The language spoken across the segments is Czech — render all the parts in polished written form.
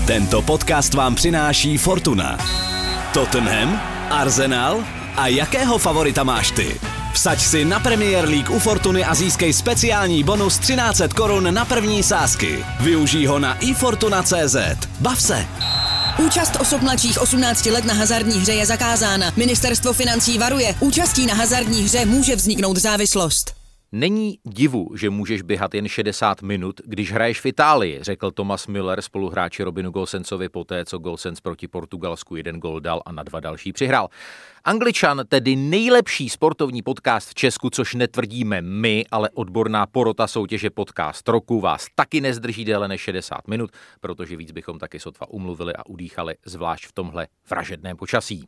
Tento podcast vám přináší Fortuna. Tottenham, Arsenal a jakého favorita máš ty? Vsaď si na Premier League u Fortuny a získej speciální bonus 1300 korun na první sázky. Využij ho na ifortuna.cz. Bav se! Účast osob mladších 18 let na hazardní hře je zakázána. Ministerstvo financí varuje. Účastí na hazardní hře může vzniknout závislost. Není divu, že můžeš běhat jen 60 minut, když hraješ v Itálii, řekl Thomas Müller spoluhráči Robinu Gossensovi poté, co Gossens proti Portugalsku 1 gól dal a na 2 další přihrál. Angličan, tedy nejlepší sportovní podcast v Česku, což netvrdíme my, ale odborná porota soutěže Podcast roku vás taky nezdrží déle než 60 minut, protože víc bychom taky sotva umluvili a udýchali, zvlášť v tomhle vražedném počasí.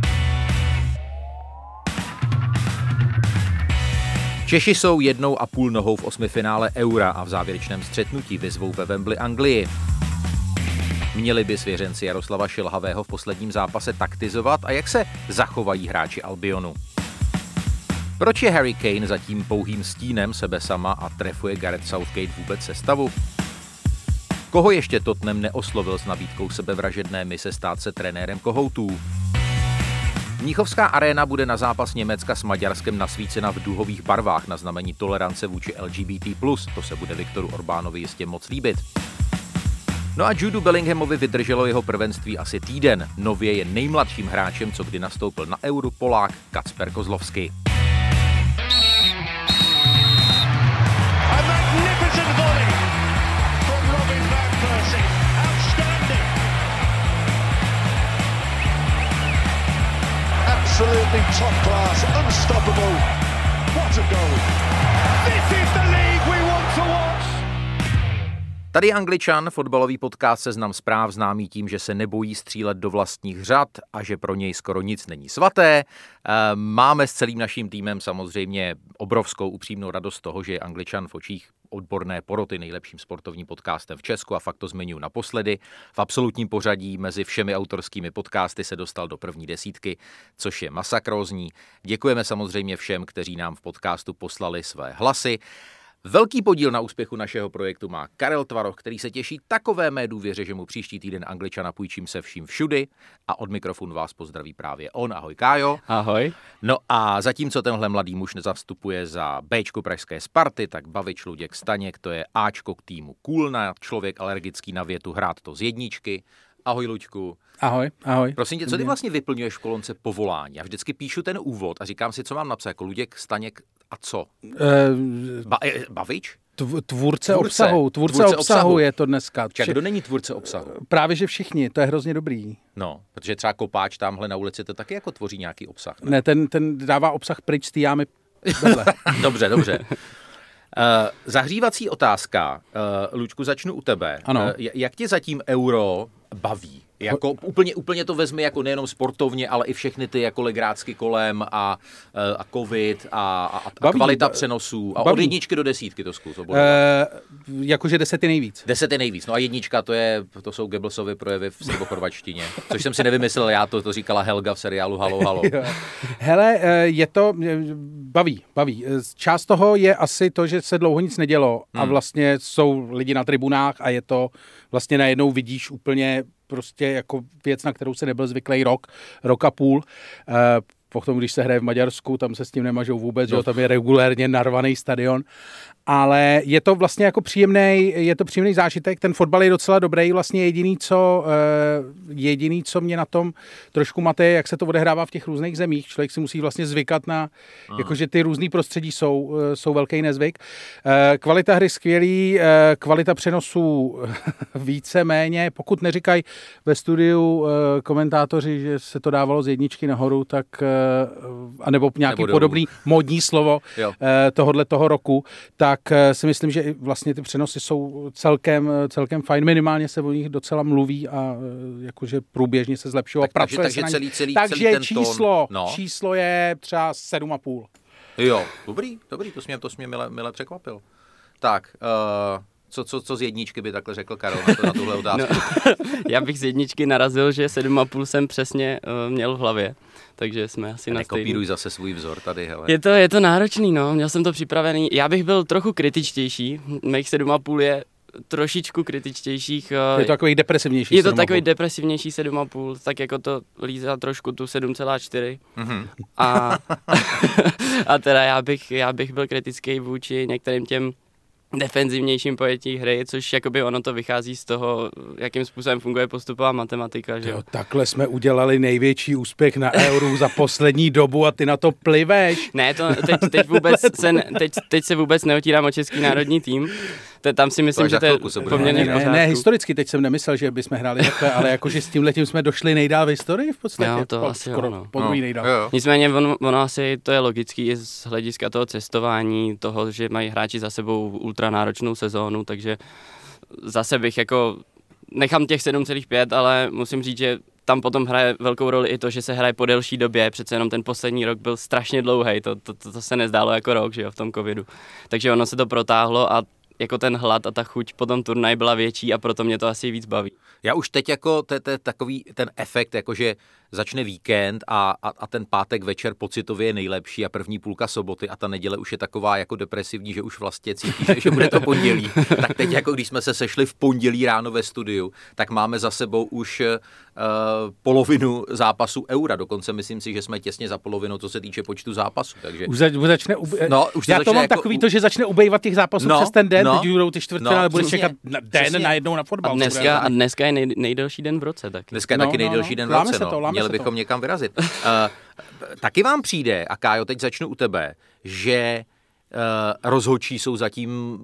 Češi jsou 1,5 nohou v 8. finále Eura a v závěrečném střetnutí vyzvou ve Wembley Anglii. Měli by svěřenci Jaroslava Šilhavého v posledním zápase taktizovat a jak se zachovají hráči Albionu? Proč je Harry Kane zatím pouhým stínem sebe sama a trefuje Gareth Southgate vůbec sestavu? Koho ještě Tottenham neoslovil s nabídkou sebevražedné mise stát se trenérem kohoutů? Mnichovská aréna bude na zápas Německa s Maďarskem nasvícena v duhových barvách na znamení tolerance vůči LGBT+. To se bude Viktoru Orbánovi jistě moc líbit. No a Judu Bellinghamovi vydrželo jeho prvenství asi týden. Nově je nejmladším hráčem, co kdy nastoupil na Euro, Polák Kacper Kozlovský. Absolutely top class, unstoppable. What a goal. This is the league we want to watch. Tady Angličan, fotbalový podcast Seznam zpráv, známý tím, že se nebojí střílet do vlastních řad a že pro něj skoro nic není svaté. Máme s celým naším týmem samozřejmě obrovskou upřímnou radost toho, že je Angličan v očích odborné poroty nejlepším sportovním podcastem v Česku a fakt to zmiňuji naposledy. V absolutním pořadí mezi všemi autorskými podcasty se dostal do první desítky, což je masakrózní. Děkujeme samozřejmě všem, kteří nám v podcastu poslali své hlasy. Velký podíl na úspěchu našeho projektu má Karel Tvaroch, který se těší takové mé důvěře, že mu příští týden Angličana půjčím se vším všudy a od mikrofonu vás pozdraví právě on. Ahoj Kájo. Ahoj. No a zatímco tenhle mladý muž nezastupuje za Bčko pražské Sparty, tak Bavič Luděk Staněk, to je Ačko k týmu Kůlna, člověk alergický na větu hrát to z jedničky. Ahoj Luďku. Ahoj, ahoj. Prosím tě, co ty vlastně vyplňuješ v kolonce povolání? Já vždycky píšu ten úvod a říkám si, co mám napsat, jako Luděk Staněk a co? Bavič? Tvůrce obsahu je to dneska. Kdo není tvůrce obsahu? Právě, že všichni, to je hrozně dobrý. No, protože třeba Kopáč tamhle na ulici to taky jako tvoří nějaký obsah. Ne, ten dává obsah pryč z té jámy. Dobře. Zahřívací otázka. Luďku, začnu u tebe. Ano. Jak tě zatím Euro baví? Jako úplně to vezmi jako nejenom sportovně, ale i všechny ty jako legrácky kolem a covid a kvalita přenosů. A od 1 do 10 to zkus. Jakože 10 nejvíc. 10 nejvíc. No a 1 to jsou Goebbelsovy projevy v srbochorvačtině. Což jsem si nevymyslel já, to říkala Helga v seriálu Halo, halo. Hele, je to, baví. Část toho je asi to, že se dlouho nic nedělo a vlastně jsou lidi na tribunách a je to vlastně najednou vidíš úplně prostě jako věc, na kterou se nebyl zvyklý rok a půl. Potom, když se hraje v Maďarsku, tam se s tím nemažou vůbec, že tam je regulérně narvaný stadion. Ale je to vlastně jako příjemný zážitek. Ten fotbal je docela dobrý. Vlastně jediný, co mě na tom trošku mate, jak se to odehrává v těch různých zemích. Člověk si musí vlastně zvykat na, jakože ty různý prostředí jsou velký nezvyk. Kvalita hry skvělý, kvalita přenosů víceméně. Pokud neříkají ve studiu komentátoři, že se to dávalo z 1 nahoru, tak anebo nějaký podobný módní slovo toho roku, tak si myslím, že vlastně ty přenosy jsou celkem fajn. Minimálně se o nich docela mluví a jakože průběžně se zlepšují a pracuje se na nich. Takže číslo je třeba 7,5. Jo, dobrý, to mě mile překvapil. Tak, co z 1 by takhle řekl Karol na tuhle otázku? No, já bych z 1 narazil, že 7,5 jsem přesně měl v hlavě. Takže jsme asi na stejný. Nekopíruj zase svůj vzor tady, hele. Je to náročný, no, měl jsem to připravený. Já bych byl trochu kritičtější, mých 7,5 je trošičku kritičtější. Je to takový depresivnější. Je to takový depresivnější 7,5, tak jako to lízá trošku tu 7,4. A teda já bych byl kritický vůči některým těm defenzivnějším pojetí hry, což jakoby ono to vychází z toho, jakým způsobem funguje postupová matematika. Že? Jo, takhle jsme udělali největší úspěch na Euru za poslední dobu a ty na to pliveš. Ne, to teď se vůbec neotírám o český národní tým. Tam si myslím, že to je poměrně v pořádku. Ne, historicky, teď jsem nemyslel, že bychom hráli takhle, ale jakože s tímhletím jsme došli nejdál v historii v podstatě. Jo, to asi skoro podruhý nejdál. Jo. Nicméně ono asi to je logický i z hlediska toho cestování, toho, že mají hráči za sebou ultranáročnou sezónu, takže zase bych jako nechám těch 7,5, ale musím říct, že tam potom hraje velkou roli i to, že se hraje po delší době, přece jenom ten poslední rok byl strašně dlouhý, to se nezdálo jako rok, že jo, v tom covidu. Takže ono se to protáhlo a jako ten hlad a ta chuť po tom turnaji byla větší a proto mě to asi víc baví. Já už teď jako takový ten efekt, jakože začne víkend a ten pátek večer pocitově je nejlepší a první půlka soboty a ta neděle už je taková jako depresivní, že už vlastně cítíš, že bude to pondělí. Tak teď jako když jsme se sešli v pondělí ráno ve studiu, tak máme za sebou už polovinu zápasu Eura. Dokonce myslím si, že jsme těsně za polovinou, co se týče počtu zápasů. Takže už začne já to mám jako takový to, že začne ubejvat těch zápasů přes ten den, teď budou ty čtvrtfinále, budeš čekat den najednou na fotbal. A dneska je nejdelší den v roce. Taky. Dneska je taky nejdelší den v roce. Měli bychom někam vyrazit. Taky vám přijde, a Kájo, teď začnu u tebe, že rozhodčí jsou zatím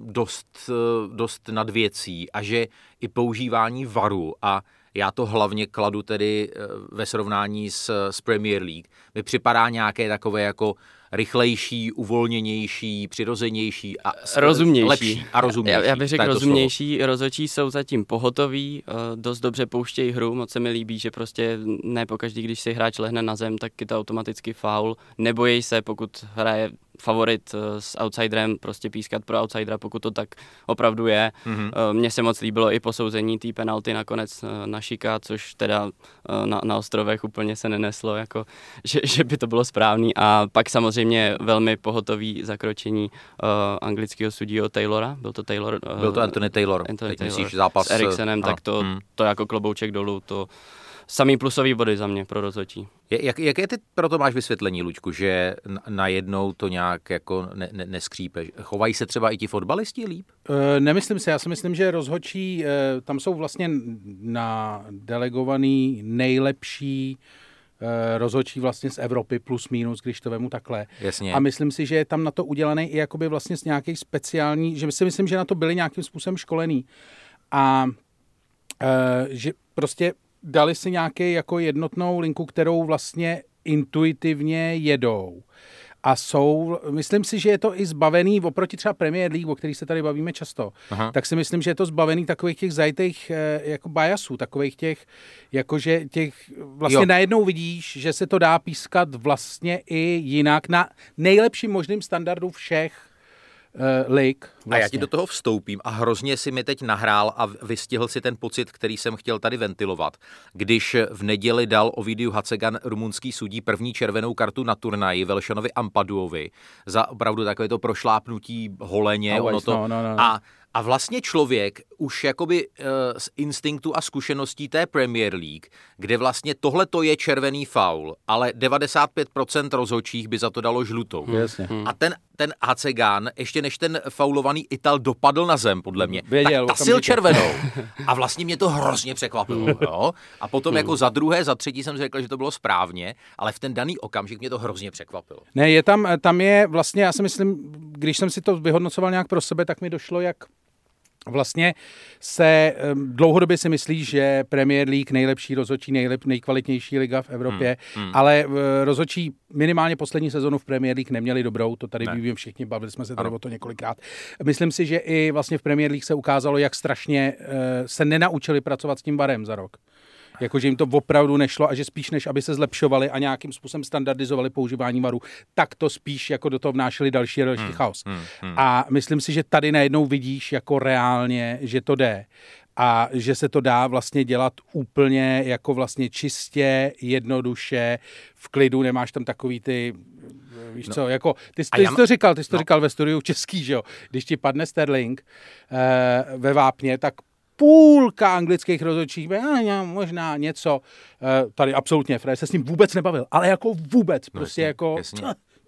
dost nad věcí a že i používání VARu a já to hlavně kladu tedy ve srovnání s Premier League, mi připadá nějaké takové jako rychlejší, uvolněnější, přirozenější a rozumnější. Lepší a rozumnější. Já bych řekl rozumnější, rozhodčí jsou zatím pohotoví, dost dobře pouštějí hru, moc se mi líbí, že prostě ne pokaždý, když si hráč lehne na zem, tak je to automaticky faul, nebojí se, pokud hraje favorit s outsiderem, prostě pískat pro outsidera, pokud to tak opravdu je. Mně se moc líbilo i posouzení té penalty nakonec na Šika, což teda na ostrovech úplně se neneslo, jako, že by to bylo správný. A pak samozřejmě velmi pohotový zakročení anglického sudího Taylora. Byl to Anthony Taylor. Teď myslíš zápas s Eriksenem, tak to jako klobouček dolů, to samý plusový body za mě pro rozhodčí. Jaké ty proto máš vysvětlení, Luďku, že najednou to nějak jako neskřípe? Chovají se třeba i ti fotbalisti líp? Nemyslím si, já si myslím, že rozhodčí, tam jsou vlastně na delegovaný nejlepší rozhodčí vlastně z Evropy plus minus, když to vemu takhle. Jasně. A myslím si, že je tam na to udělaný i jakoby vlastně z nějakých speciální, že si myslím, že na to byli nějakým způsobem školený. A že prostě dali si nějaký jako jednotnou linku, kterou vlastně intuitivně jedou. A myslím si, že je to i zbavený, oproti třeba Premier League, o kterých se tady bavíme často, tak si myslím, že je to zbavený takových těch zajetých jako biasů, takových těch, jakože těch vlastně najednou vidíš, že se to dá pískat vlastně i jinak na nejlepším možným standardu všech lig. Vlastně. A já ti do toho vstoupím a hrozně si mi teď nahrál a vystihl si ten pocit, který jsem chtěl tady ventilovat. Když v neděli dal Ovidiu Hacegan, rumunský sudí, první červenou kartu na turnaji Velšanovi Ampaduovi za opravdu takové to prošlápnutí holeně. A vlastně člověk už jakoby z instinktu a zkušeností té Premier League, kde vlastně tohle to je červený faul, ale 95% rozhodčích by za to dalo žlutou. A ten Hacegan, ještě než ten faulovaný Ital dopadl na zem, podle mě, věděl, tak tasil červenou. A vlastně mě to hrozně překvapilo. Jo? A potom jako za druhé, za třetí jsem řekl, že to bylo správně, ale v ten daný okamžik mě to hrozně překvapilo. Ne, tam je vlastně, já si myslím, když jsem si to vyhodnocoval nějak pro sebe, tak mi došlo, jak vlastně se dlouhodobě si myslí, že Premier League nejlepší rozhodčí, nejkvalitnější liga v Evropě, ale rozhodčí minimálně poslední sezonu v Premier League neměli dobrou, to tady víme všichni, bavili jsme se tady o to několikrát. Myslím si, že i vlastně v Premier League se ukázalo, jak strašně se nenaučili pracovat s tím VARem za rok. Jakože jim to opravdu nešlo a že spíš než aby se zlepšovali a nějakým způsobem standardizovali používání VARu, tak to spíš jako do toho vnášeli další a další chaos. A myslím si, že tady najednou vidíš jako reálně, že to jde a že se to dá vlastně dělat úplně jako vlastně čistě, jednoduše, v klidu, nemáš tam takový ty víš co, jako, ty jsi to říkal ve studiu český, že jo, když ti padne Sterling ve vápně, tak půlka anglických rozhodčích, možná něco, tady absolutně, Fred se s ním vůbec nebavil, ale jako vůbec, prostě jasně, jako... Jasně.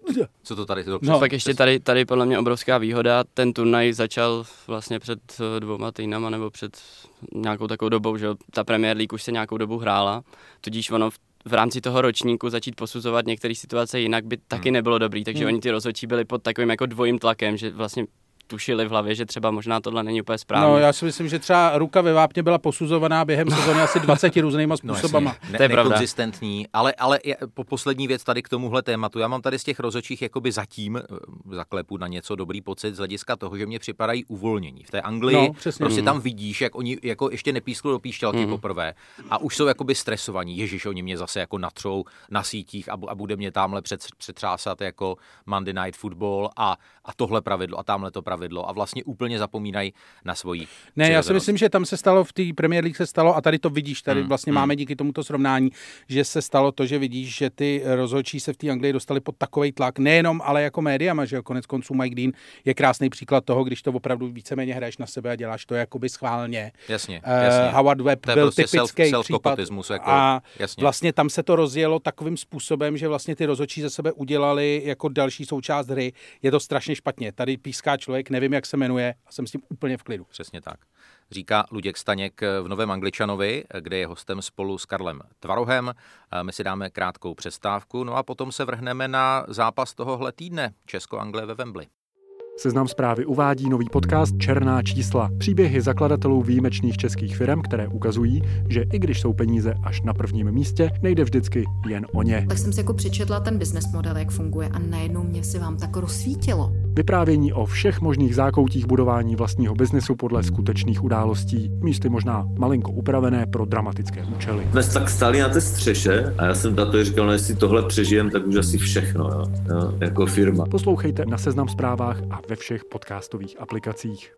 Co to tady? No, tak ještě tady podle mě obrovská výhoda, ten turnaj začal vlastně před 2 týdnama nebo před nějakou takovou dobou, že ta Premier League už se nějakou dobu hrála, tudíž ono v rámci toho ročníku začít posuzovat některé situace jinak by taky nebylo dobrý, takže oni ty rozhodčí byli pod takovým jako dvojím tlakem, že vlastně tušili v hlavě, že třeba možná tohle není úplně správně. No, já si myslím, že třeba ruka ve vápně byla posuzovaná během sezóny asi 20 různýma způsobama. To je nekonzistentní, ale po poslední věc tady k tomuhle tématu. Já mám tady z těch rozhodčích jakoby zatím zaklepu na něco dobrý pocit z hlediska toho, že mě připadají uvolnění. V té Anglii prostě tam vidíš, jak oni jako ještě nepískli do píšťalky poprvé a už jsou jakoby stresovaní. Ježiš, oni mě zase jako natřou na sítích a bude mě tamhle přetřásat jako Monday Night Football a tohle pravidlo a tamhle to pravidlo a vlastně úplně zapomínají na svoji Ne, já si myslím, že tam se stalo, v té Premier League se stalo, a tady to vidíš, tady vlastně máme díky tomuto srovnání, že se stalo to, že vidíš, že ty rozhodčí se v té Anglii dostali pod takovej tlak, nejenom, ale jako médiama, že konec konců Mike Dean je krásný příklad toho, když to opravdu víceméně hraješ na sebe a děláš to jakoby schválně. Jasně. Howard Webb byl prostě typický případ jako, a vlastně tam se to rozjelo takovým způsobem, že vlastně ty rozhodčí ze sebe udělali jako další součást hry. Je to strašně špatně. Tady píská člověk, nevím, jak se jmenuje, a jsem s tím úplně v klidu. Přesně tak. Říká Luděk Staněk v Novém Angličanovi, kde je hostem spolu s Karlem Tvarohem. My si dáme krátkou přestávku, no a potom se vrhneme na zápas tohohle týdne Česko-Anglie ve Wembley. Seznam Zprávy uvádí nový podcast Černá čísla. Příběhy zakladatelů výjimečných českých firm, které ukazují, že i když jsou peníze až na prvním místě, nejde vždycky jen o ně. Tak jsem si jako přečetla ten business model, jak funguje, a najednou mě se vám tak rozsvítilo. Vyprávění o všech možných zákoutích budování vlastního biznesu podle skutečných událostí, místy možná malinko upravené pro dramatické účely. Jsme tak stáli na té střeše a já jsem tato říkal, no jestli tohle přežijem, tak už asi všechno, jo, jako firma. Poslouchejte na Seznam Zprávách a ve všech podcastových aplikacích.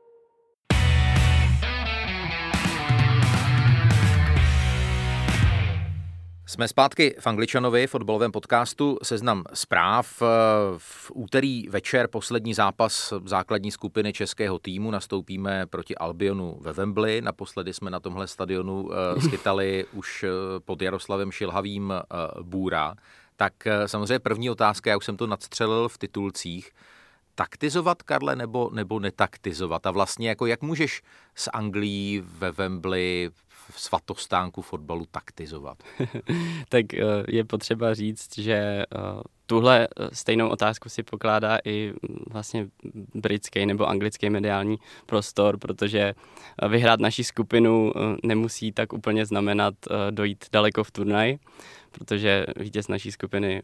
Jsme zpátky v Angličanovi, fotbalovém podcastu Seznam zpráv. V úterý večer poslední zápas základní skupiny českého týmu. Nastoupíme proti Albionu ve Wembley. Naposledy jsme na tomhle stadionu schytali už pod Jaroslavem Šilhavým bůra. Tak samozřejmě první otázka, já už jsem to nadstřelil v titulcích. Taktizovat, Karle, nebo netaktizovat? A vlastně jako jak můžeš s Anglií ve Wembley v svatostánku fotbalu taktizovat? Tak je potřeba říct, že tuhle stejnou otázku si pokládá i vlastně britský nebo anglický mediální prostor, protože vyhrát naši skupinu nemusí tak úplně znamenat dojít daleko v turnaji, protože vítěz naší skupiny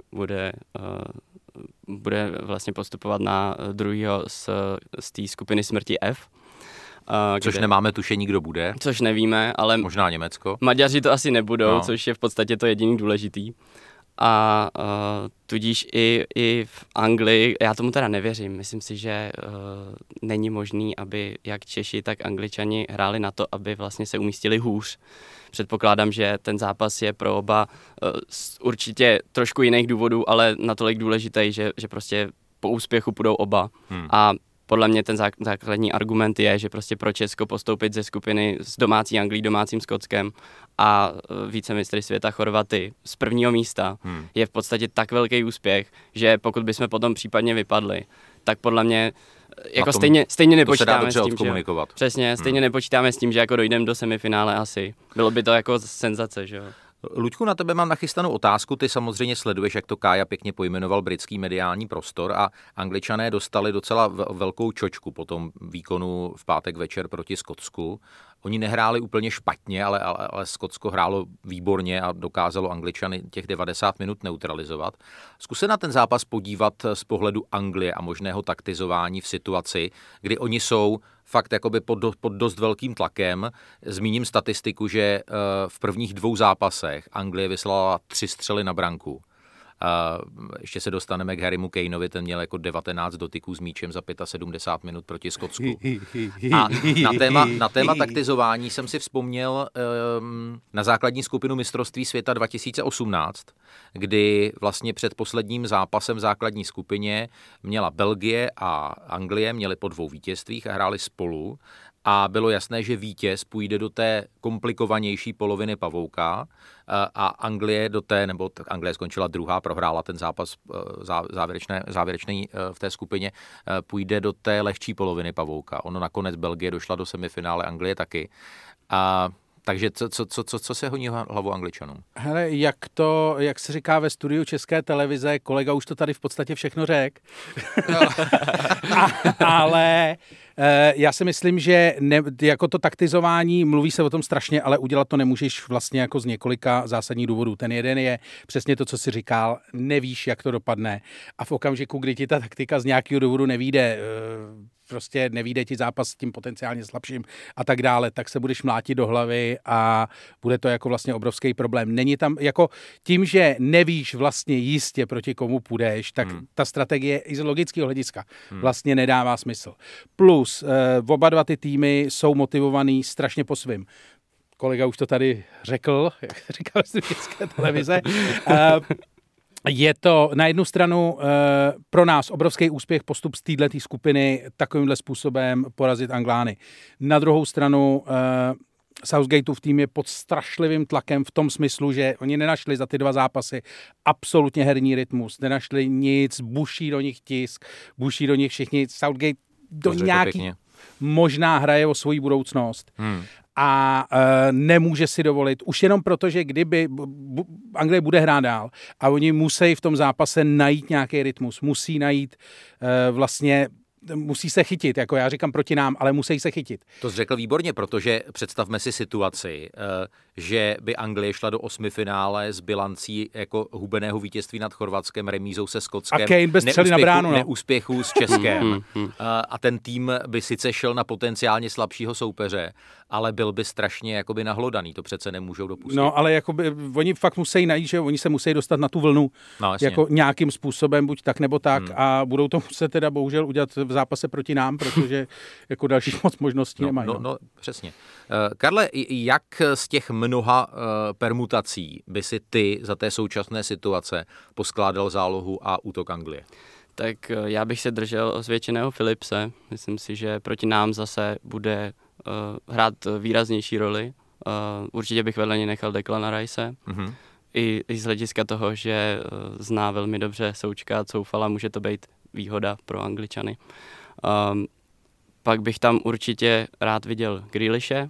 bude vlastně postupovat na druhýho z té skupiny smrti F. Což nemáme tušení, kdo bude. Což nevíme, ale... Možná Německo. Maďaři to asi nebudou, což je v podstatě to jediný důležitý. A tudíž i v Anglii, já tomu teda nevěřím, myslím si, že není možný, aby jak Češi, tak Angličani hráli na to, aby vlastně se umístili hůř. Předpokládám, že ten zápas je pro oba z určitě trošku jiných důvodů, ale natolik důležitý, že prostě po úspěchu půjdou oba. A podle mě ten základní argument je, že prostě pro Česko postoupit ze skupiny s domácí Anglií, domácím Skotskem a vícemistry světa Chorvaty z prvního místa je v podstatě tak velký úspěch, že pokud bychom potom případně vypadli, tak podle mě jako stejně nepočítáme s tím, že přesně, stejně nepočítáme s tím, že jako dojdeme do semifinále asi. Bylo by to jako senzace, že jo. Luďku, na tebe mám nachystanou otázku. Ty samozřejmě sleduješ, jak to Kája pěkně pojmenoval britský mediální prostor a Angličané dostali docela velkou čočku po tom výkonu v pátek večer proti Skotsku. Oni nehráli úplně špatně, ale Skotsko hrálo výborně a dokázalo Angličany těch 90 minut neutralizovat. Zkus se na ten zápas podívat z pohledu Anglie a možného taktizování v situaci, kdy oni jsou fakt jakoby pod dost velkým tlakem. Zmíním statistiku, že v prvních 2 zápasech Anglie vyslala 3 střely na branku. Ještě se dostaneme k Harrymu Kaneovi, ten měl jako 19 dotyků s míčem za 75 minut proti Skotsku. A na téma taktizování jsem si vzpomněl na základní skupinu mistrovství světa 2018, kdy vlastně před posledním zápasem v základní skupině měla Belgie a Anglie, měli po 2 vítězstvích a hráli spolu. A bylo jasné, že vítěz půjde do té komplikovanější poloviny pavouka a Anglie Anglie skončila druhá, prohrála ten zápas závěrečný v té skupině, půjde do té lehčí poloviny pavouka. Ono nakonec Belgie došla do semifinále, Anglie taky. Takže co se honí hlavu Angličanům? Hele, jak se říká ve studiu České televize, kolega už to tady v podstatě všechno řekl. Ale já si myslím, že jako to taktizování, mluví se o tom strašně, ale udělat to nemůžeš vlastně jako z několika zásadních důvodů. Ten jeden je přesně to, co jsi říkal, nevíš, jak to dopadne. A v okamžiku, kdy ti ta taktika z nějakého důvodu nevyjde, prostě nevyjde ti zápas s tím potenciálně slabším a tak dále, tak se budeš mlátit do hlavy a bude to jako vlastně obrovský problém. Není tam jako tím, že nevíš vlastně jistě proti komu půjdeš, tak ta strategie i z logického hlediska vlastně nedává smysl. Plus oba dva ty týmy jsou motivovaný strašně po svým. Kolega už to tady řekl, jak se říkal z České televize. Je to na jednu stranu pro nás obrovský úspěch postup z této skupiny takovýmhle způsobem porazit Anglány. Na druhou stranu Southgateův tým je pod strašlivým tlakem v tom smyslu, že oni nenašli za ty 2 zápasy absolutně herní rytmus, nenašli nic, buší do nich tisk, buší do nich všichni. Southgate do nějaký možná hraje o svoji budoucnost. A nemůže si dovolit, už jenom proto, že kdyby Anglie bude hrát dál a oni musí v tom zápase najít nějaký rytmus, musí najít musí se chytit, jako já říkám proti nám, ale musí se chytit. To jsi řekl výborně, protože představme si situaci, že by Anglie šla do 8finále s bilancí jako hubeného vítězství nad Chorvatskem, remízou se Skotskem, a Kane bez střely na bránu, neúspěchu s Českem. A ten tým by sice šel na potenciálně slabšího soupeře, ale byl by strašně jakoby nahlodaný, to přece nemůžou dopustit. No, ale jakoby, oni fakt musí najít, že oni se musí dostat na tu vlnu jako nějakým způsobem, buď tak nebo tak, a budou to muset teda bohužel udělat v zápase proti nám, protože jako další moc možností nemají. No, přesně. Karle, jak z těch mnoha permutací by si ty za té současné situace poskládal zálohu a útok Anglie? Tak já bych se držel osvědčeného Philipse. Myslím si, že proti nám zase bude hrát výraznější roli. Určitě bych vedle něj nechal Declana Rice. I z hlediska toho, že zná velmi dobře Součka, Coufala, může to být výhoda pro Angličany. Pak bych tam určitě rád viděl Grealishe.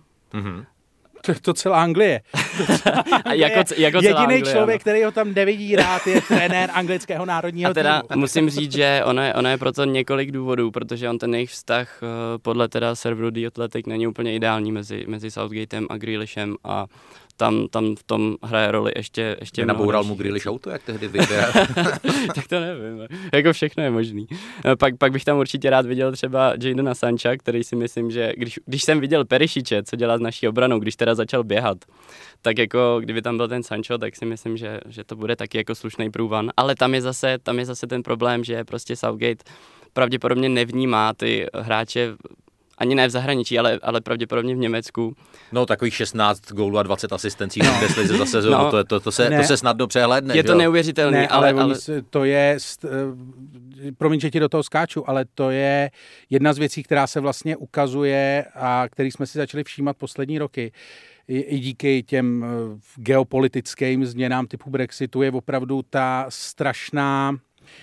To celá Anglie. Jako jediný člověk, který ho tam nevidí rád, je trenér anglického národního týmu. A teda týmu. musím říct, že ono je proto několik důvodů, protože on ten jejich vztah podle teda serveru The Athletic není úplně ideální mezi Southgatem a Grealishem a tam v tom hraje roli ještě Nenaboural mu Grealish auto, jak tehdy vybíral? Tak to nevím, jako všechno je možný. Pak bych tam určitě rád viděl třeba Jadona Sancha, který si myslím, že když jsem viděl Perišiče, co dělá s naší obranou, když teda začal běhat, tak jako kdyby tam byl ten Sancho, tak si myslím, že to bude taky jako slušný průvan. Ale tam je zase ten problém, že prostě Southgate pravděpodobně nevnímá ty hráče ani ne v zahraničí, ale pravděpodobně v Německu. No, takových 16 gólů a 20 asistencí v Bundeslize za sezónu, to se snadno přehlédne. Je to neuvěřitelné, ale to je, promiň, že ti do toho skáču, ale to je jedna z věcí, která se vlastně ukazuje a který jsme si začali všímat poslední roky. I díky těm geopolitickým změnám typu Brexitu je opravdu ta strašná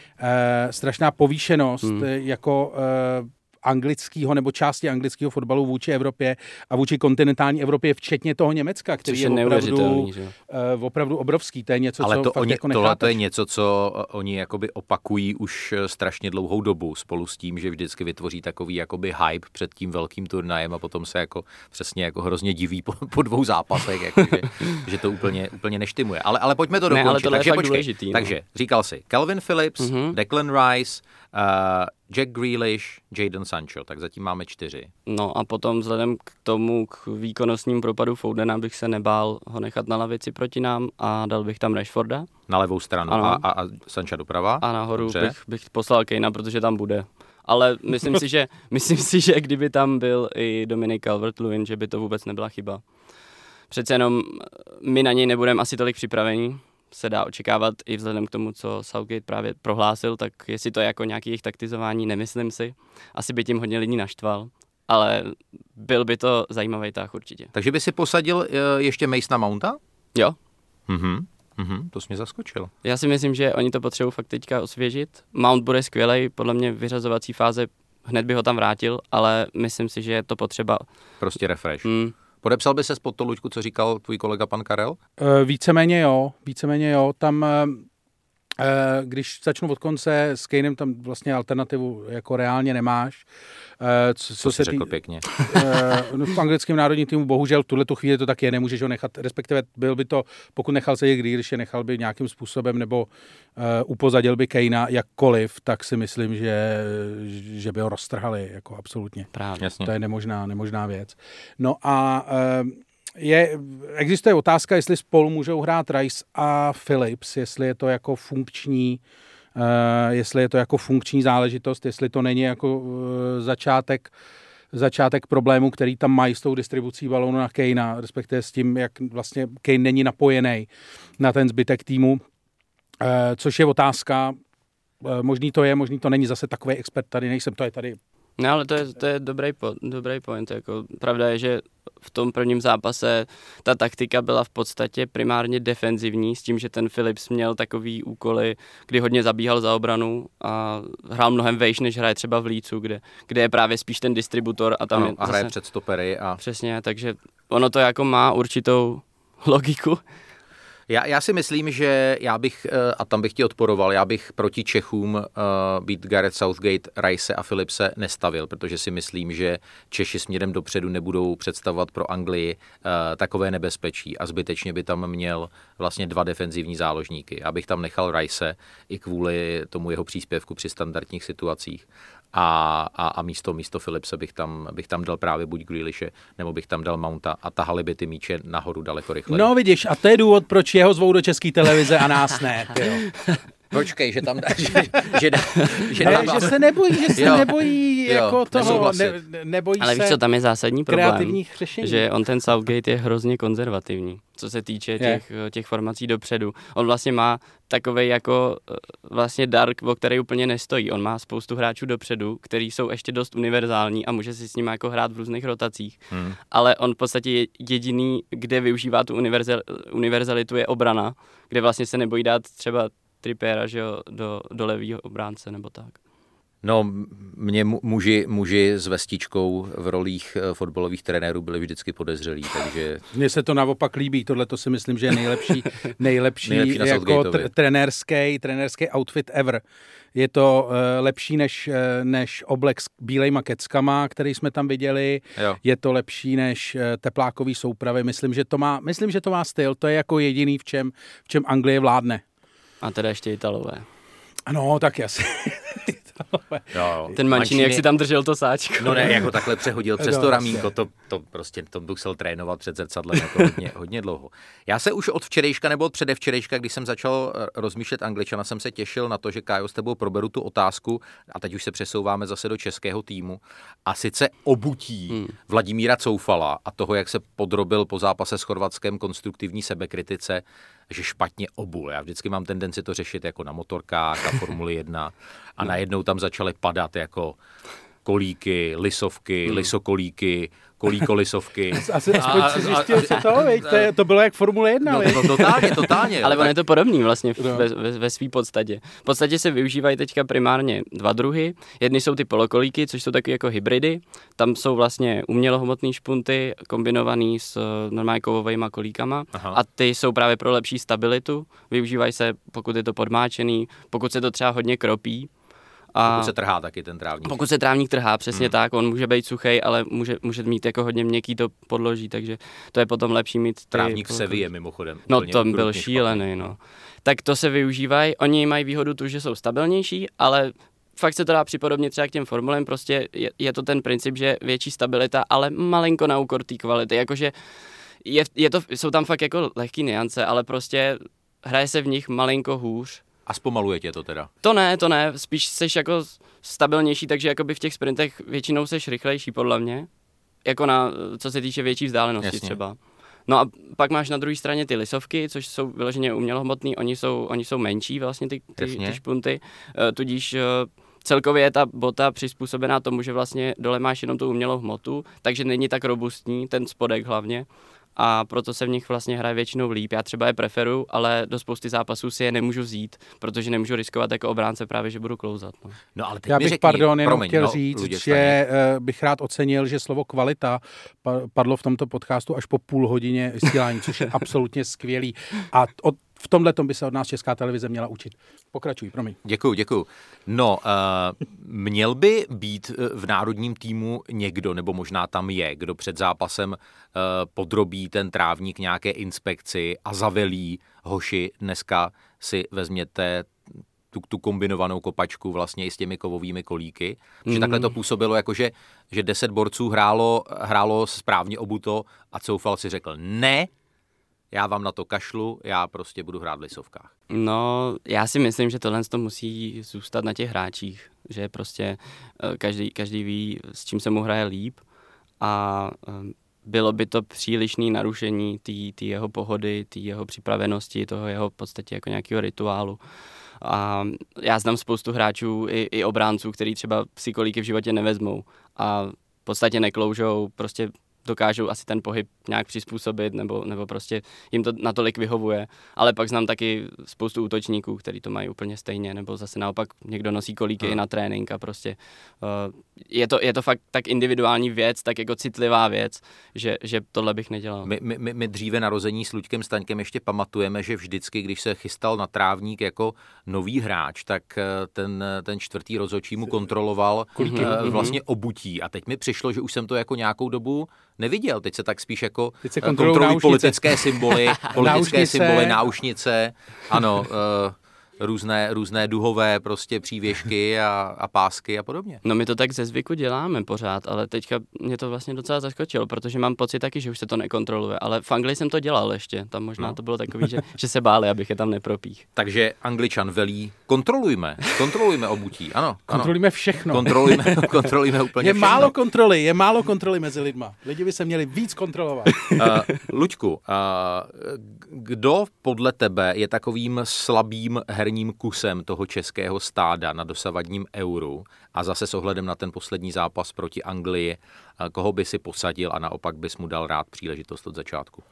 povýšenost jako anglického nebo části anglického fotbalu vůči Evropě a vůči kontinentální Evropě, včetně toho Německa, který je opravdu obrovský. To je něco, ale co to fakt jako tohle to je něco, co oni jakoby opakují už strašně dlouhou dobu spolu s tím, že vždycky vytvoří takový jakoby hype před tím velkým turnajem a potom se jako přesně jako hrozně diví po 2 zápasech, jako, že to úplně neštimuje. Ale pojďme to dokončit. Takže počkej. Takže říkal jsi Calvin Phillips, Declan Rice, Jack Grealish, Jadon Sancho, tak zatím máme 4. No a potom vzhledem k tomu, k výkonnostním propadu Foudena bych se nebál ho nechat na lavici proti nám a dal bych tam Rashforda. Na levou stranu a Sancha doprava. A nahoru bych poslal Kanea, protože tam bude. Ale myslím si, že kdyby tam byl i Dominic Calvert-Lewin, že by to vůbec nebyla chyba. Přece jenom my na něj nebudeme asi tolik připravení, se dá očekávat i vzhledem k tomu, co Southgate právě prohlásil, tak jestli to je jako nějaký jejich taktizování, nemyslím si. Asi by tím hodně lidí naštval, ale byl by to zajímavý tah určitě. Takže by si posadil ještě Masona Mounta? Jo. To jsi mě zaskočil. Já si myslím, že oni to potřebují fakt teďka osvěžit. Mount bude skvělej, podle mě vyřazovací fáze hned by ho tam vrátil, ale myslím si, že je to potřeba. Prostě refresh. Podepsal by ses pod to, Luďku, co říkal tvůj kolega pan Karel? Víceméně jo. Tam, když začnu od konce s Kanem, tam vlastně alternativu jako reálně nemáš. Co se řekl pěkně. V anglickém národním týmu bohužel v tuhletu chvíli to tak je, nemůžeš ho nechat, respektive byl by to, pokud nechal se když je nechal by nějakým způsobem nebo upozadil by Kanea jakkoliv, tak si myslím, že by ho roztrhali, jako absolutně. Právě. To je nemožná věc. No a existuje otázka, jestli spolu můžou hrát Rice a Phillips, jestli je to jako funkční záležitost, jestli to není jako začátek problému, který tam mají s tou distribucí balónu na Kanea, respektive s tím, jak vlastně Kane není napojený na ten zbytek týmu, což je otázka. Možný to není, zase takový expert tady nejsem, to je tady. No ale to je dobrý point. Jako, pravda je, že v tom prvním zápase ta taktika byla v podstatě primárně defenzivní, s tím, že ten Phillips měl takový úkoly, kdy hodně zabíhal za obranu a hrál mnohem vejš, než hraje třeba v Leedsu, kde je právě spíš ten distributor a tam a hraje před stopery. Přesně, takže ono to jako má určitou logiku. Já si myslím, že já bych, a tam bych ti odporoval, já bych proti Čechům být Gareth Southgate, Rice a Philipse nestavil, protože si myslím, že Češi směrem dopředu nebudou představovat pro Anglii takové nebezpečí a zbytečně by tam měl vlastně 2 defenzivní záložníky. Já bych tam nechal Rice i kvůli tomu jeho příspěvku při standardních situacích. A místo Philipse bych tam dal právě buď Grealishe, nebo bych tam dal Mounta a tahali by ty míče nahoru daleko rychleji. No vidíš, a to je důvod, proč jeho zvou do České televize a nás ne. Počkej, že tam že se nebojí jako toho, nebojí ale víš co, tam je zásadní problém, řešení. že on ten Southgate je hrozně konzervativní, co se týče těch formací dopředu. On vlastně má takovej jako vlastně dar, o který úplně nestojí. On má spoustu hráčů dopředu, kteří jsou ještě dost univerzální a může si s nimi jako hrát v různých rotacích. Ale on v podstatě jediný, kde využívá tu univerzalitu, je obrana, kde vlastně se nebojí dát třeba Trippiera, že jo, do levýho obránce nebo tak. No, mě muži s vestičkou v rolích fotbalových trenérů byli vždycky podezřelí, takže... Mně se to naopak líbí, tohle to si myslím, že je nejlepší jako trenérský outfit ever. Je to lepší než oblek s bílejma keckama, který jsme tam viděli. Jo. Je to lepší než teplákový soupravy. Myslím, že to má styl. To je jako jediný, v čem Anglie vládne. A teda ještě Italové. Ano, tak jasně. Jo. Ten Mancini, jak si tam držel to sáčko. No ne, jako takhle přehodil přes to ramínko, to prostě to musel trénovat před zrcadlem jako hodně dlouho. Já se už od včerejška nebo od předevčerejška, když jsem začal rozmýšlet Angličana, jsem se těšil na to, že Kájo s tebou proberu tu otázku a teď už se přesouváme zase do českého týmu a sice obutí Vladimíra Coufala a toho, jak se podrobil po zápase s Chorvatskem konstruktivní sebekritice, že špatně obul. Já vždycky mám tendenci to řešit jako na motorkách a Formuli 1 a najednou tam začaly padat jako kolíky, lisovky, lisokolíky, kolíkolisovky. Aspoň si zjistil, co to, to bylo jak Formule 1. No totálně. Ale ono je to podobný vlastně ve své podstatě. V podstatě se využívají teďka primárně 2 druhy. Jedny jsou ty polokolíky, což jsou takové jako hybridy. Tam jsou vlastně umělohmotné špunty kombinovaný s normálně kovovými kolíkama. Aha. A ty jsou právě pro lepší stabilitu. Využívají se, pokud je to podmáčený, pokud se to třeba hodně kropí. A pokud se trhá taky ten trávník. Pokud se trávník trhá, přesně tak, on může být suchej, ale může mít jako hodně měkký to podloží, takže to je potom lepší mít trávník v Seville mimochodem. No to byl šílený, no. Tak to se využívají, oni mají výhodu tu, že jsou stabilnější, ale fakt se to dá připodobnit třeba k těm formulem, prostě je to ten princip, že větší stabilita, ale malinko na úkor té kvality, jakože jsou tam fakt jako lehký nuance, ale prostě hraje se v nich malinko hůř. A zpomaluje tě to teda? To ne, spíš seš jako stabilnější, takže jakoby v těch sprintech většinou seš rychlejší podle mě, jako co se týče větší vzdálenosti. Jasně. Třeba. No a pak máš na druhé straně ty lisovky, což jsou vyloženě umělohmotný, oni jsou menší vlastně ty špunty, tudíž celkově je ta bota přizpůsobená tomu, že vlastně dole máš jenom tu umělou hmotu, takže není tak robustní, ten spodek hlavně. A proto se v nich vlastně hraje většinou líp. Já třeba je preferuju, ale do spousty zápasů si je nemůžu vzít, protože nemůžu riskovat jako obránce právě, že budu klouzat. No, ale teď já bych, chtěl říct, že bych rád ocenil, že slovo kvalita padlo v tomto podcastu až po půl hodině vysílání, což je absolutně skvělý. A v tomhletom by se od nás Česká televize měla učit. Pokračuj, promiň. Děkuju. No, měl by být v národním týmu někdo, nebo možná tam je, kdo před zápasem podrobí ten trávník nějaké inspekci a zavelí: hoši, dneska si vezměte tu kombinovanou kopačku vlastně i s těmi kovovými kolíky. Že takhle to působilo, jakože že 10 borců hrálo správně obuto a Coufal si řekl: ne, já vám na to kašlu, já prostě budu hrát v lisovkách. No, já si myslím, že tohle to musí zůstat na těch hráčích, že prostě každý ví, s čím se mu hraje líp a bylo by to přílišné narušení té jeho pohody, té jeho připravenosti, toho jeho v podstatě jako nějakého rituálu. A já znám spoustu hráčů i obránců, který třeba si kolíky v životě nevezmou a v podstatě nekloužou, prostě dokážou asi ten pohyb nějak přizpůsobit, nebo prostě jim to natolik vyhovuje. Ale pak znám taky spoustu útočníků, kteří to mají úplně stejně, nebo zase naopak někdo nosí kolíky i na trénink a prostě je to fakt tak individuální věc, tak jako citlivá věc, že tohle bych nedělal. My dříve narození s Luďkem Staňkem ještě pamatujeme, že vždycky, když se chystal na trávník jako nový hráč, tak ten čtvrtý rozhodčí mu kontroloval vlastně obutí. A teď mi přišlo, že už jsem to jako nějakou dobu neviděl. Teď se tak spíš jako kontrolují politické symboly, náušnice, ano, různé duhové prostě přívěšky a pásky a podobně. No my to tak ze zvyku děláme pořád, ale teďka mě to vlastně docela zaskočilo, protože mám pocit taky, že už se to nekontroluje, ale v Anglii jsem to dělal ještě, tam možná to bylo takový, že se báli, abych je tam nepropích. Takže Angličan velí, kontrolujme obutí, ano. Kontrolujme všechno. Kontrolujme úplně je všechno. Je málo kontroly mezi lidma. Lidi by se měli víc kontrolovat. Luďku, kdo podle tebe je takovým slabým herním kusem toho českého stáda na dosavadním Euru a zase s ohledem na ten poslední zápas proti Anglii, koho by si posadil a naopak bys mu dal rád příležitost od začátku?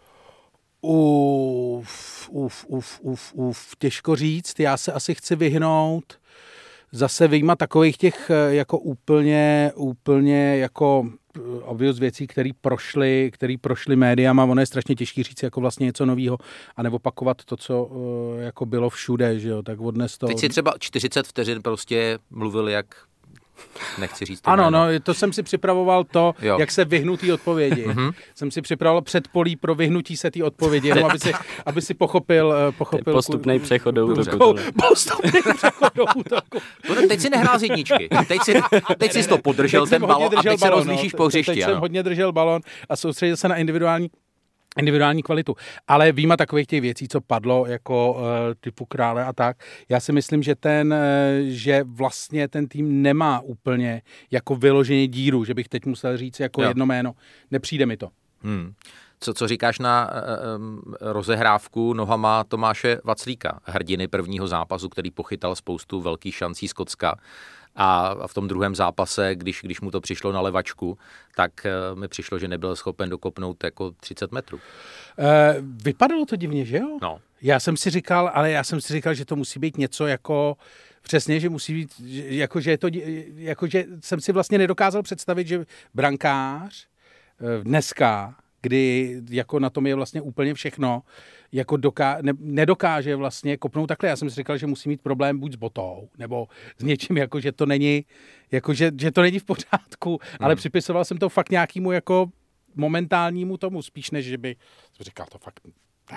Těžko říct, já se asi chci vyhnout zase vyjma takových těch jako úplně jako obvious věcí, které prošly médiama. Ono je strašně těžký říct jako vlastně něco nového a neopakovat to, co jako bylo všude, že jo, tak odnes to. Teď si třeba 40 vteřin prostě mluvili jak nechci říct. Ano, no, to jsem si připravoval jak se vyhnout té odpovědi. Jsem si připravoval předpolí pro vyhnutí se té odpovědi, jenom aby si pochopil postupný přechod do útoku. Postupný přechod do útoku. Teď si nehrál z jedničky. Teď si to podržel ten balon a teď se rozlížíš po hřišti. Teď jsem hodně držel balon a soustředil se na individuální kvalitu. Ale výjima takových těch věcí, co padlo jako typu Krále a tak, já si myslím, že vlastně ten tým nemá úplně jako vyloženě díru, že bych teď musel říct jako jedno jméno. Nepřijde mi to. Co říkáš na rozehrávku nohama Tomáše Vaclíka, hrdiny prvního zápasu, který pochytal spoustu velkých šancí z kocka? A v tom druhém zápase, když mu to přišlo na levačku, tak mi přišlo, že nebyl schopen dokopnout jako 30 metrů. Vypadalo to divně, že jo? No. Já jsem si říkal, že to musí být něco jako přesně, že musí být, že jsem si vlastně nedokázal představit, že brankář dneska, kdy jako na tom je vlastně úplně všechno, jako nedokáže vlastně kopnout takhle. Já jsem si říkal, že musí mít problém buď s botou, nebo s něčím, jako že to není, jako že to není v pořádku, ale připisoval jsem to fakt nějakému jako momentálnímu tomu, spíš než, že by říkal to fakt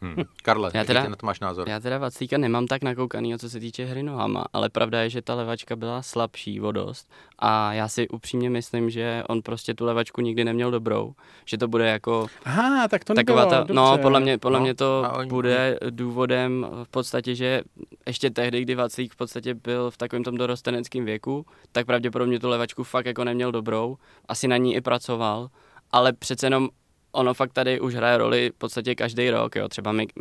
Karle, jaký ty na to máš názor? Já teda Vaclíka nemám tak nakoukanýho, co se týče hry nohama, ale pravda je, že ta levačka byla slabší o dost a já si upřímně myslím, že on prostě tu levačku nikdy neměl dobrou, že to bude jako... Aha, tak to nebylo, No, podle mě to bude důvodem v podstatě, že ještě tehdy, kdy Vaclík v podstatě byl v takovém tom dorosteneckém věku, tak pravděpodobně tu levačku fakt jako neměl dobrou, asi na ní i pracoval, ale přece jenom ono fakt tady už hraje roli v podstatě každý rok, jo. Třeba my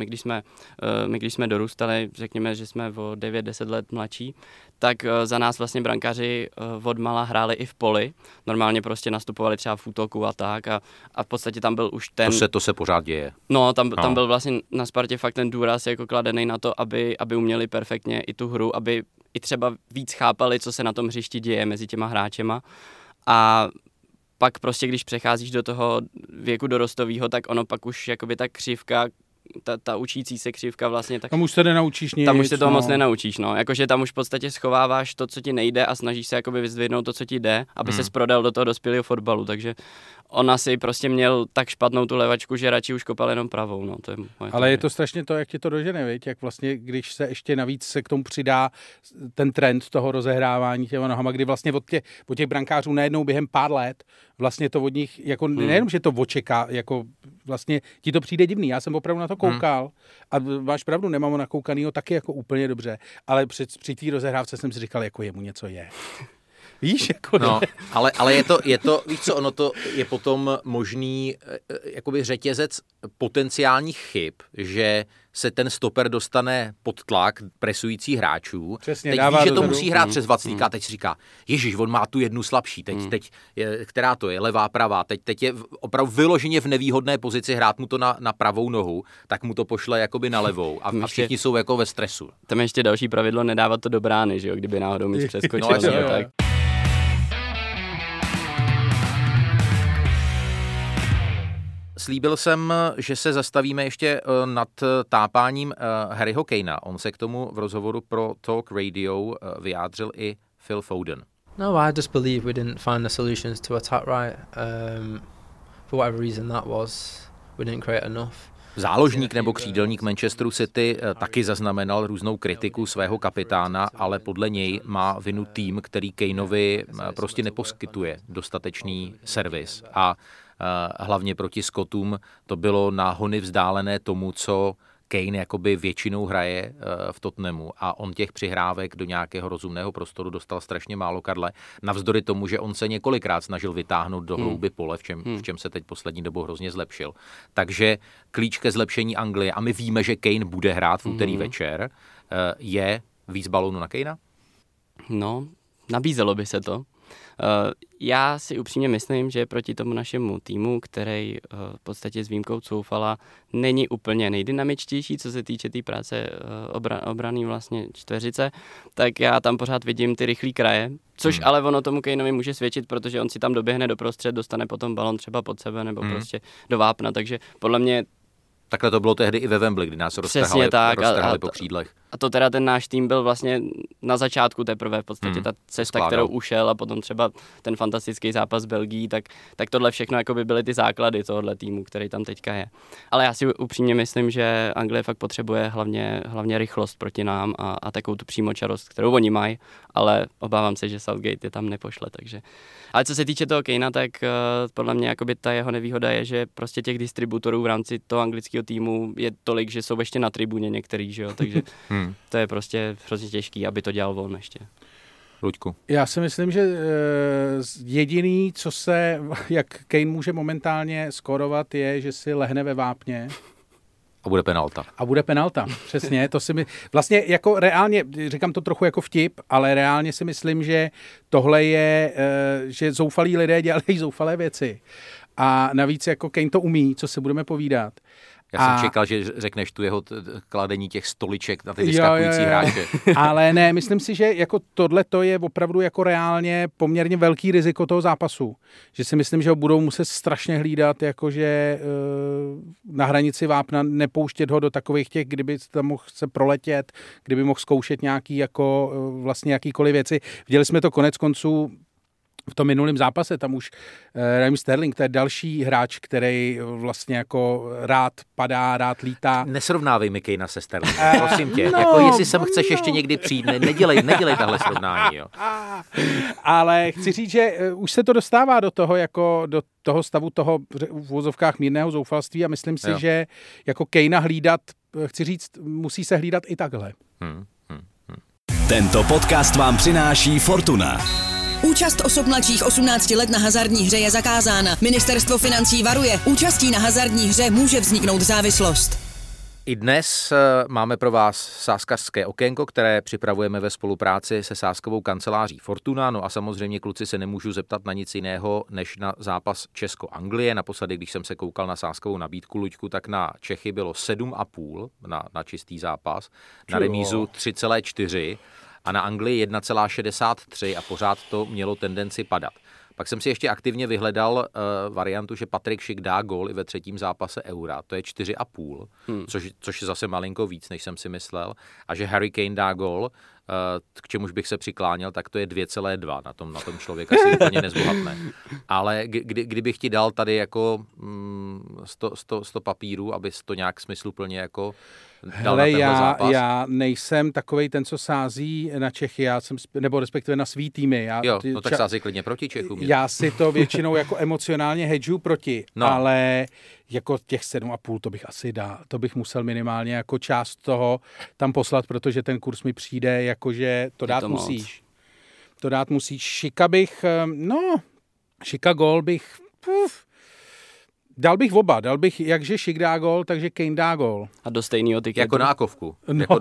když jsme dorůstali, řekněme, že jsme o 9-10 let mladší, tak za nás vlastně brankáři odmala hráli i v poli. Normálně prostě nastupovali třeba v útoku a tak a v podstatě tam byl už ten... To se pořád děje. No, tam byl vlastně na Spartě fakt ten důraz jako kladený na to, aby uměli perfektně i tu hru, aby i třeba víc chápali, co se na tom hřišti děje mezi těma hráčema. A pak prostě, když přecházíš do toho věku dorostového, tak ono pak už jakoby ta křivka, ta učící se křivka vlastně, tak... Tam už se nenaučíš nic. Tam už se toho moc nenaučíš, no. Jakože tam už v podstatě schováváš to, co ti nejde a snažíš se jakoby vyzdvihnout to, co ti jde, aby ses prodal do toho dospělého fotbalu, takže on asi prostě měl tak špatnou tu levačku, že radši už kopal jenom pravou, no. To je moje. Ale je to strašně to, jak ti to dožene, viď? Jak vlastně, když se ještě navíc se k tomu přidá ten trend toho rozehrávání těma nohama, kdy vlastně od těch brankářů najednou během pár let vlastně to od nich, jako nejenom, že to očeká, jako vlastně ti to přijde divný. Já jsem opravdu na to koukal a máš pravdu, nemám ho nakoukanýho taky jako úplně dobře, ale při té rozehrávce jsem si říkal, jako jemu něco je. Víš, jako no, ale je to, víš co, ono to je potom možný jakoby řetězec potenciálních chyb, že se ten stoper dostane pod tlak presujících hráčů. Přesně, teď víš, že to musí hrát přes Vaclíka, teď si říká, ježiš, on má tu jednu slabší, teď která to je, levá, pravá, teď je opravdu vyloženě v nevýhodné pozici hrát mu to na pravou nohu, tak mu to pošle jakoby na levou a všichni jsou jako ve stresu. Tam je ještě další pravidlo, nedávat to do brány, že jo, kdyby náhodou míč přeskočil. No, jasně, tak. Slíbil jsem, že se zastavíme ještě nad tápáním Harryho Kanea. On se k tomu v rozhovoru pro Talk Radio vyjádřil i Phil Foden. No, I just believe we didn't find the solutions to attack right. For whatever reason that was, we didn't create enough. Záložník nebo křídelník Manchesteru City taky zaznamenal různou kritiku svého kapitána, ale podle něj má vinu tým, který Kaneovi prostě neposkytuje dostatečný servis. A hlavně proti Scottům to bylo na hony vzdálené tomu, co Kane jakoby většinou hraje v Tottenhamu a on těch přihrávek do nějakého rozumného prostoru dostal strašně málo, Karle, navzdory tomu, že on se několikrát snažil vytáhnout do hlouby pole, v čem se teď poslední dobou hrozně zlepšil. Takže klíč ke zlepšení Anglie, a my víme, že Kane bude hrát v úterý večer, je víc balónu na Kanea? No, nabízelo by se to. Já si upřímně myslím, že proti tomu našemu týmu, který v podstatě s výjimkou Coufala není úplně nejdynamičtější, co se týče té práce obrany vlastně čtveřice, tak já tam pořád vidím ty rychlý kraje, což ale ono tomu Kaneovi může svědčit, protože on si tam doběhne doprostřed, dostane potom balon třeba pod sebe nebo prostě do vápna, takže podle mě takhle to bylo tehdy i ve Wembley, kdy nás roztrhali po křídlech. A to teda ten náš tým byl vlastně na začátku teprve v podstatě ta cesta, kterou ušel a potom třeba ten fantastický zápas s Belgií, tak tohle všechno jako by byly ty základy tohohle týmu, který tam teďka je. Ale já si upřímně myslím, že Anglie fakt potřebuje hlavně rychlost proti nám a takovou tu přímočarost, kterou oni mají, ale obávám se, že Southgate je tam nepošle, takže. Ale co se týče toho Kanea, tak podle mě jakoby ta jeho nevýhoda je, že prostě těch distributorů v rámci toho anglického týmu je tolik, že jsou ještě na tribuně některý, že jo, takže to je prostě hrozně těžký, aby to dělal on ještě. Luďku. Já si myslím, že jediný, jak Kane může momentálně skórovat, je, že si lehne ve vápně. A bude penalta. Přesně. To si vlastně jako reálně, říkám to trochu jako vtip, ale reálně si myslím, že tohle je, že zoufalí lidé dělají zoufalé věci. A navíc jako Kane to umí, co se budeme povídat. Já jsem čekal, že řekneš tu jeho kladení těch stoliček na ty vyskakující hráče. Ale ne, myslím si, že jako tohle to je opravdu jako reálně poměrně velký riziko toho zápasu. Že si myslím, že ho budou muset strašně hlídat, jakože na hranici vápna nepouštět ho do takových těch, kdyby tam mohl se proletět, kdyby mohl zkoušet nějaký jako vlastně jakýkoliv věci. Viděli jsme to konec konců v tom minulém zápase, tam už Raheem Sterling, to je další hráč, který vlastně jako rád padá, rád lítá. Nesrovnávej mi Kanea se Sterlingem, prosím tě. Jako jestli sem chceš ještě někdy přijít, nedělej tahle srovnání. Jo. Ale chci říct, že už se to dostává do toho, jako do toho stavu toho v uvozovkách mírného zoufalství a myslím si, že jako Kanea hlídat, chci říct, musí se hlídat i takhle. Tento podcast vám přináší Fortuna. Účast osob mladších 18 let na hazardní hře je zakázána. Ministerstvo financí varuje. Účastí na hazardní hře může vzniknout závislost. I dnes máme pro vás sázkařské okénko, které připravujeme ve spolupráci se sázkovou kanceláří Fortuna. No a samozřejmě, kluci, se nemůžu zeptat na nic jiného, než na zápas Česko-Anglie. Naposledy, když jsem se koukal na sázkovou nabídku, Luďku, tak na Čechy bylo 7,5 na čistý zápas, na remízu 3,4 a na Anglii 1,63 a pořád to mělo tendenci padat. Pak jsem si ještě aktivně vyhledal variantu, že Patrik Schick dá gól i ve třetím zápase Eura, to je 4,5, což je zase malinko víc, než jsem si myslel, a že Harry Kane dá gól, k čemuž bych se přikláněl, tak to je 2,2, na tom člověka si úplně nezbohatne. Ale kdybych ti dal tady jako 100 papírů, abys to nějak smysluplně jako dal na tenhle zápas. Já nejsem takovej ten, co sází na Čechy, nebo respektive na svý týmy. Tak sází klidně proti Čechům. Já si to většinou jako emocionálně hedžu proti, ale jako těch 7,5 to bych asi dal. To bych musel minimálně jako část toho tam poslat, protože ten kurz mi přijde, jakože to dát musíš. To dát musíš. Schicka gól bych... Dal bych oba, jakže Schick dá gól, takže Kane dá gól. A do stejného tiketu. Jako na akovku.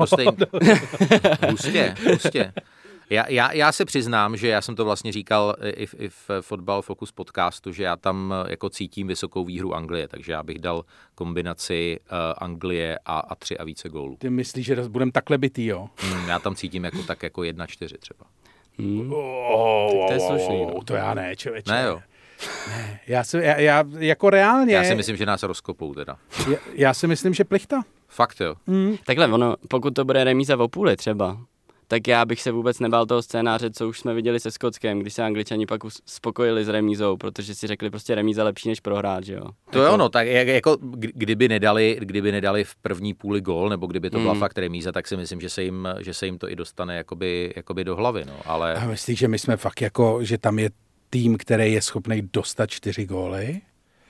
Hustě. Já se přiznám, že já jsem to vlastně říkal i v Fotbal Focus podcastu, že já tam jako cítím vysokou výhru Anglie, takže já bych dal kombinaci Anglie a 3 a více gólů. Ty myslíš, že budeme takhle bitý, jo? Já tam cítím jako 1-4 třeba. To je slušný. To já ne, člověče. Ne, jo. Ne, já jako reálně... Já si myslím, že nás rozkopou teda. Já si myslím, že plichta. Fakt jo. Takhle, pokud to bude remíza v půli třeba, tak já bych se vůbec nebál toho scénáře, co už jsme viděli se Skotskem, když se Angličani pak spokojili s remízou, protože si řekli prostě remíza lepší než prohrát, že jo? To jo, tak jako kdyby nedali v první půli gól, nebo kdyby to byla fakt remíza, tak si myslím, že se jim to i dostane jakoby do hlavy, no, ale... A myslíš, že my jsme fakt jako, že tam je tým, který je schopný dostat 4 góly?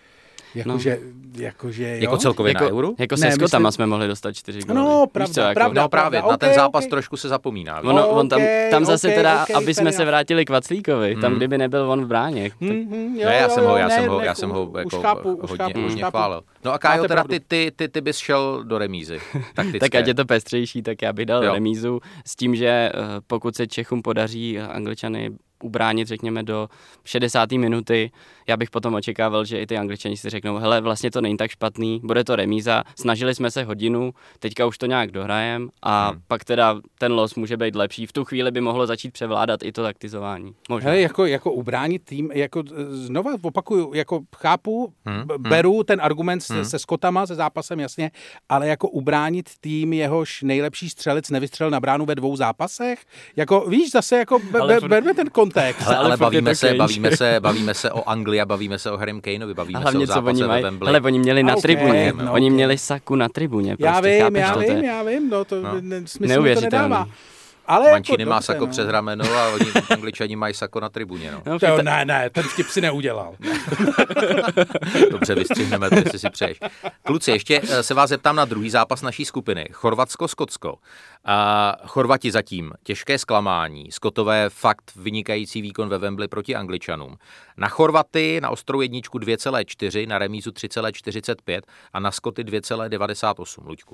Jako celkově na Euro? Jako se Skotama jsme mohli dostat 4 góly. No, pravda. Právě, na ten zápas trošku se zapomíná. Tam zase teda, aby jsme se vrátili k Vaclíkovi, tam kdyby nebyl on v bráně. Já jsem ho jako hodně chválil. No a Kájo, teda ty bys šel do remízy. Tak ať je to pestřejší, tak já bych dal remízu s tím, že pokud se Čechům podaří Angličany ubránit, řekněme, do 60. minuty. Já bych potom očekával, že i ty Angličani si řeknou, hele, vlastně to není tak špatný, bude to remíza, snažili jsme se hodinu, teďka už to nějak dohrajem a pak teda ten los může být lepší. V tu chvíli by mohlo začít převládat i to taktizování. Možná. Hele, jako ubránit tým, jako znova opakuju, jako chápu, beru ten argument se Skotama, se zápasem, jasně, ale jako ubránit tým, jehož nejlepší střelec nevystřelil na bránu ve 2 zápasech, jako víš, zase jako berme ten kontext. Ale bavíme se o Anglii a bavíme se o Harrym Kaneovi, bavíme se o zápase ve Wembley. Ale oni měli na tribuně, oni měli Saku na tribuně. Já vím, no to smysl to nedává. Ale Mancini má Sako přes rameno a oni Angličani mají Sako na tribuně. No. Ne, ten vtip si neudělal. Dobře, vystřihneme to, jestli si přeješ. Kluci, ještě se vás zeptám na druhý zápas naší skupiny. Chorvatsko-Skotsko. Chorvati zatím těžké zklamání. Skotové fakt vynikající výkon ve Wembley proti Angličanům. Na Chorvaty na ostrou jedničku 2,4, na remízu 3,45 a na Skoty 2,98. Luďku.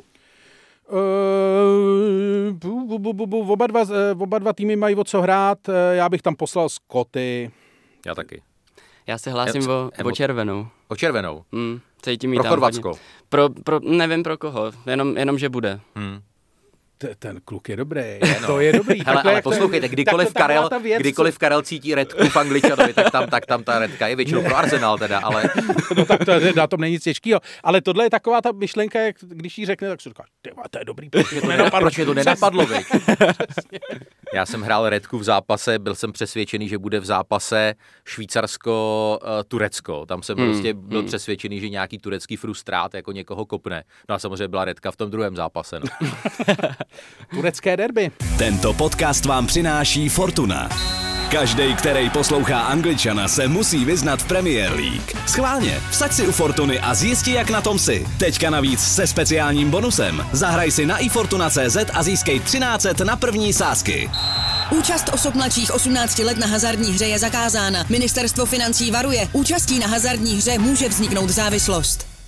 Oba dva týmy mají o co hrát, já bych tam poslal Skoty. Já taky. Já se hlásím o červenou. O červenou? Cítím pro Chorvatsko? Nevím pro koho, jenom že bude. ten kluk je dobrý, to je dobrý. Hele, ale poslouchejte, kdykoliv Karel cítí redku v Angličanovi, tak tam ta redka je většinou pro Arsenal teda, ale... No tak na tom není nic těžkého, ale tohle je taková ta myšlenka, jak když jí řekne, tak si říkáš, to je dobrý, proč je to nenapadlo, viď? Já jsem hrál redku v zápase, byl jsem přesvědčený, že bude v zápase Švýcarsko-Turecko. Tam jsem prostě byl přesvědčený, že nějaký turecký frustrát jako někoho kopne. No a samozřejmě byla redka v tom druhém zápase. No. Turecké derby. Tento podcast vám přináší Fortuna. Každej, který poslouchá Angličana, se musí vyznat v Premier League. Schválně, vsaď si u Fortuny a zjisti, jak na tom si. Teďka navíc se speciálním bonusem. Zahraj si na ifortuna.cz a získej 1300 na první sázky. Účast osob mladších 18 let na hazardní hře je zakázána. Ministerstvo financí varuje. Účastí na hazardní hře může vzniknout závislost.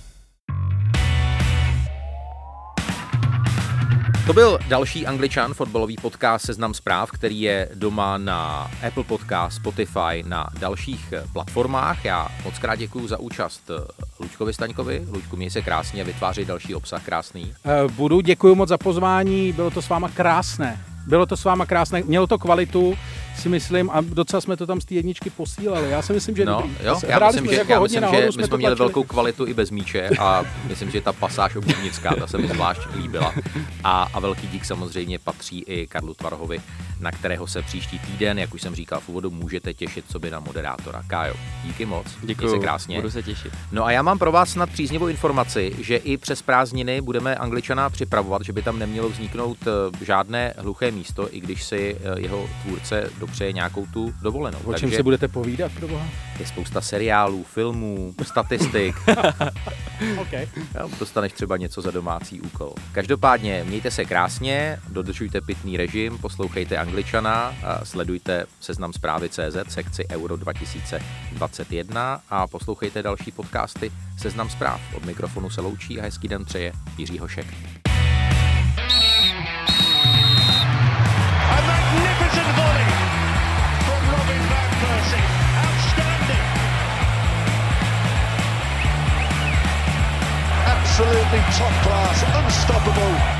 To byl další Angličan, fotbalový podcast Seznam zpráv, který je doma na Apple Podcast, Spotify, na dalších platformách. Já moc krát děkuju za účast Luďkovi Staňkovi. Luďku, měj se krásně a vytváří další obsah krásný. Děkuju moc za pozvání, bylo to s váma krásné. Mělo to kvalitu, si myslím, a docela jsme to tam z té jedničky posílali. Já si myslím, že já myslím, že my jsme měli velkou kvalitu i bez míče a myslím, že ta pasáž obuvnická, ta se mi zvlášť líbila. A velký dík samozřejmě patří i Karlu Tvarhovi, na kterého se příští týden, jak už jsem říkal v úvodu, můžete těšit sobě na moderátora. Kájo, díky moc. Děkuju, se krásně. Budu se těšit. No a já mám pro vás snad příznivou informaci, že i přes prázdniny budeme Angličana připravovat, že by tam nemělo vzniknout žádné hluché místo, i když si jeho tvůrce dopřeje nějakou tu dovolenou. O čem se budete povídat, proboha? Je spousta seriálů, filmů, statistik. Okay. Dostaneš třeba něco za domácí úkol. Každopádně mějte se krásně, dodržujte pitný režim, poslouchejte Angličana, sledujte Seznam zprávy CZ, sekci Euro 2021 a poslouchejte další podcasty Seznam zpráv. Od mikrofonu se loučí a hezký den přeje Jiří Hošek. Absolutely top class, unstoppable.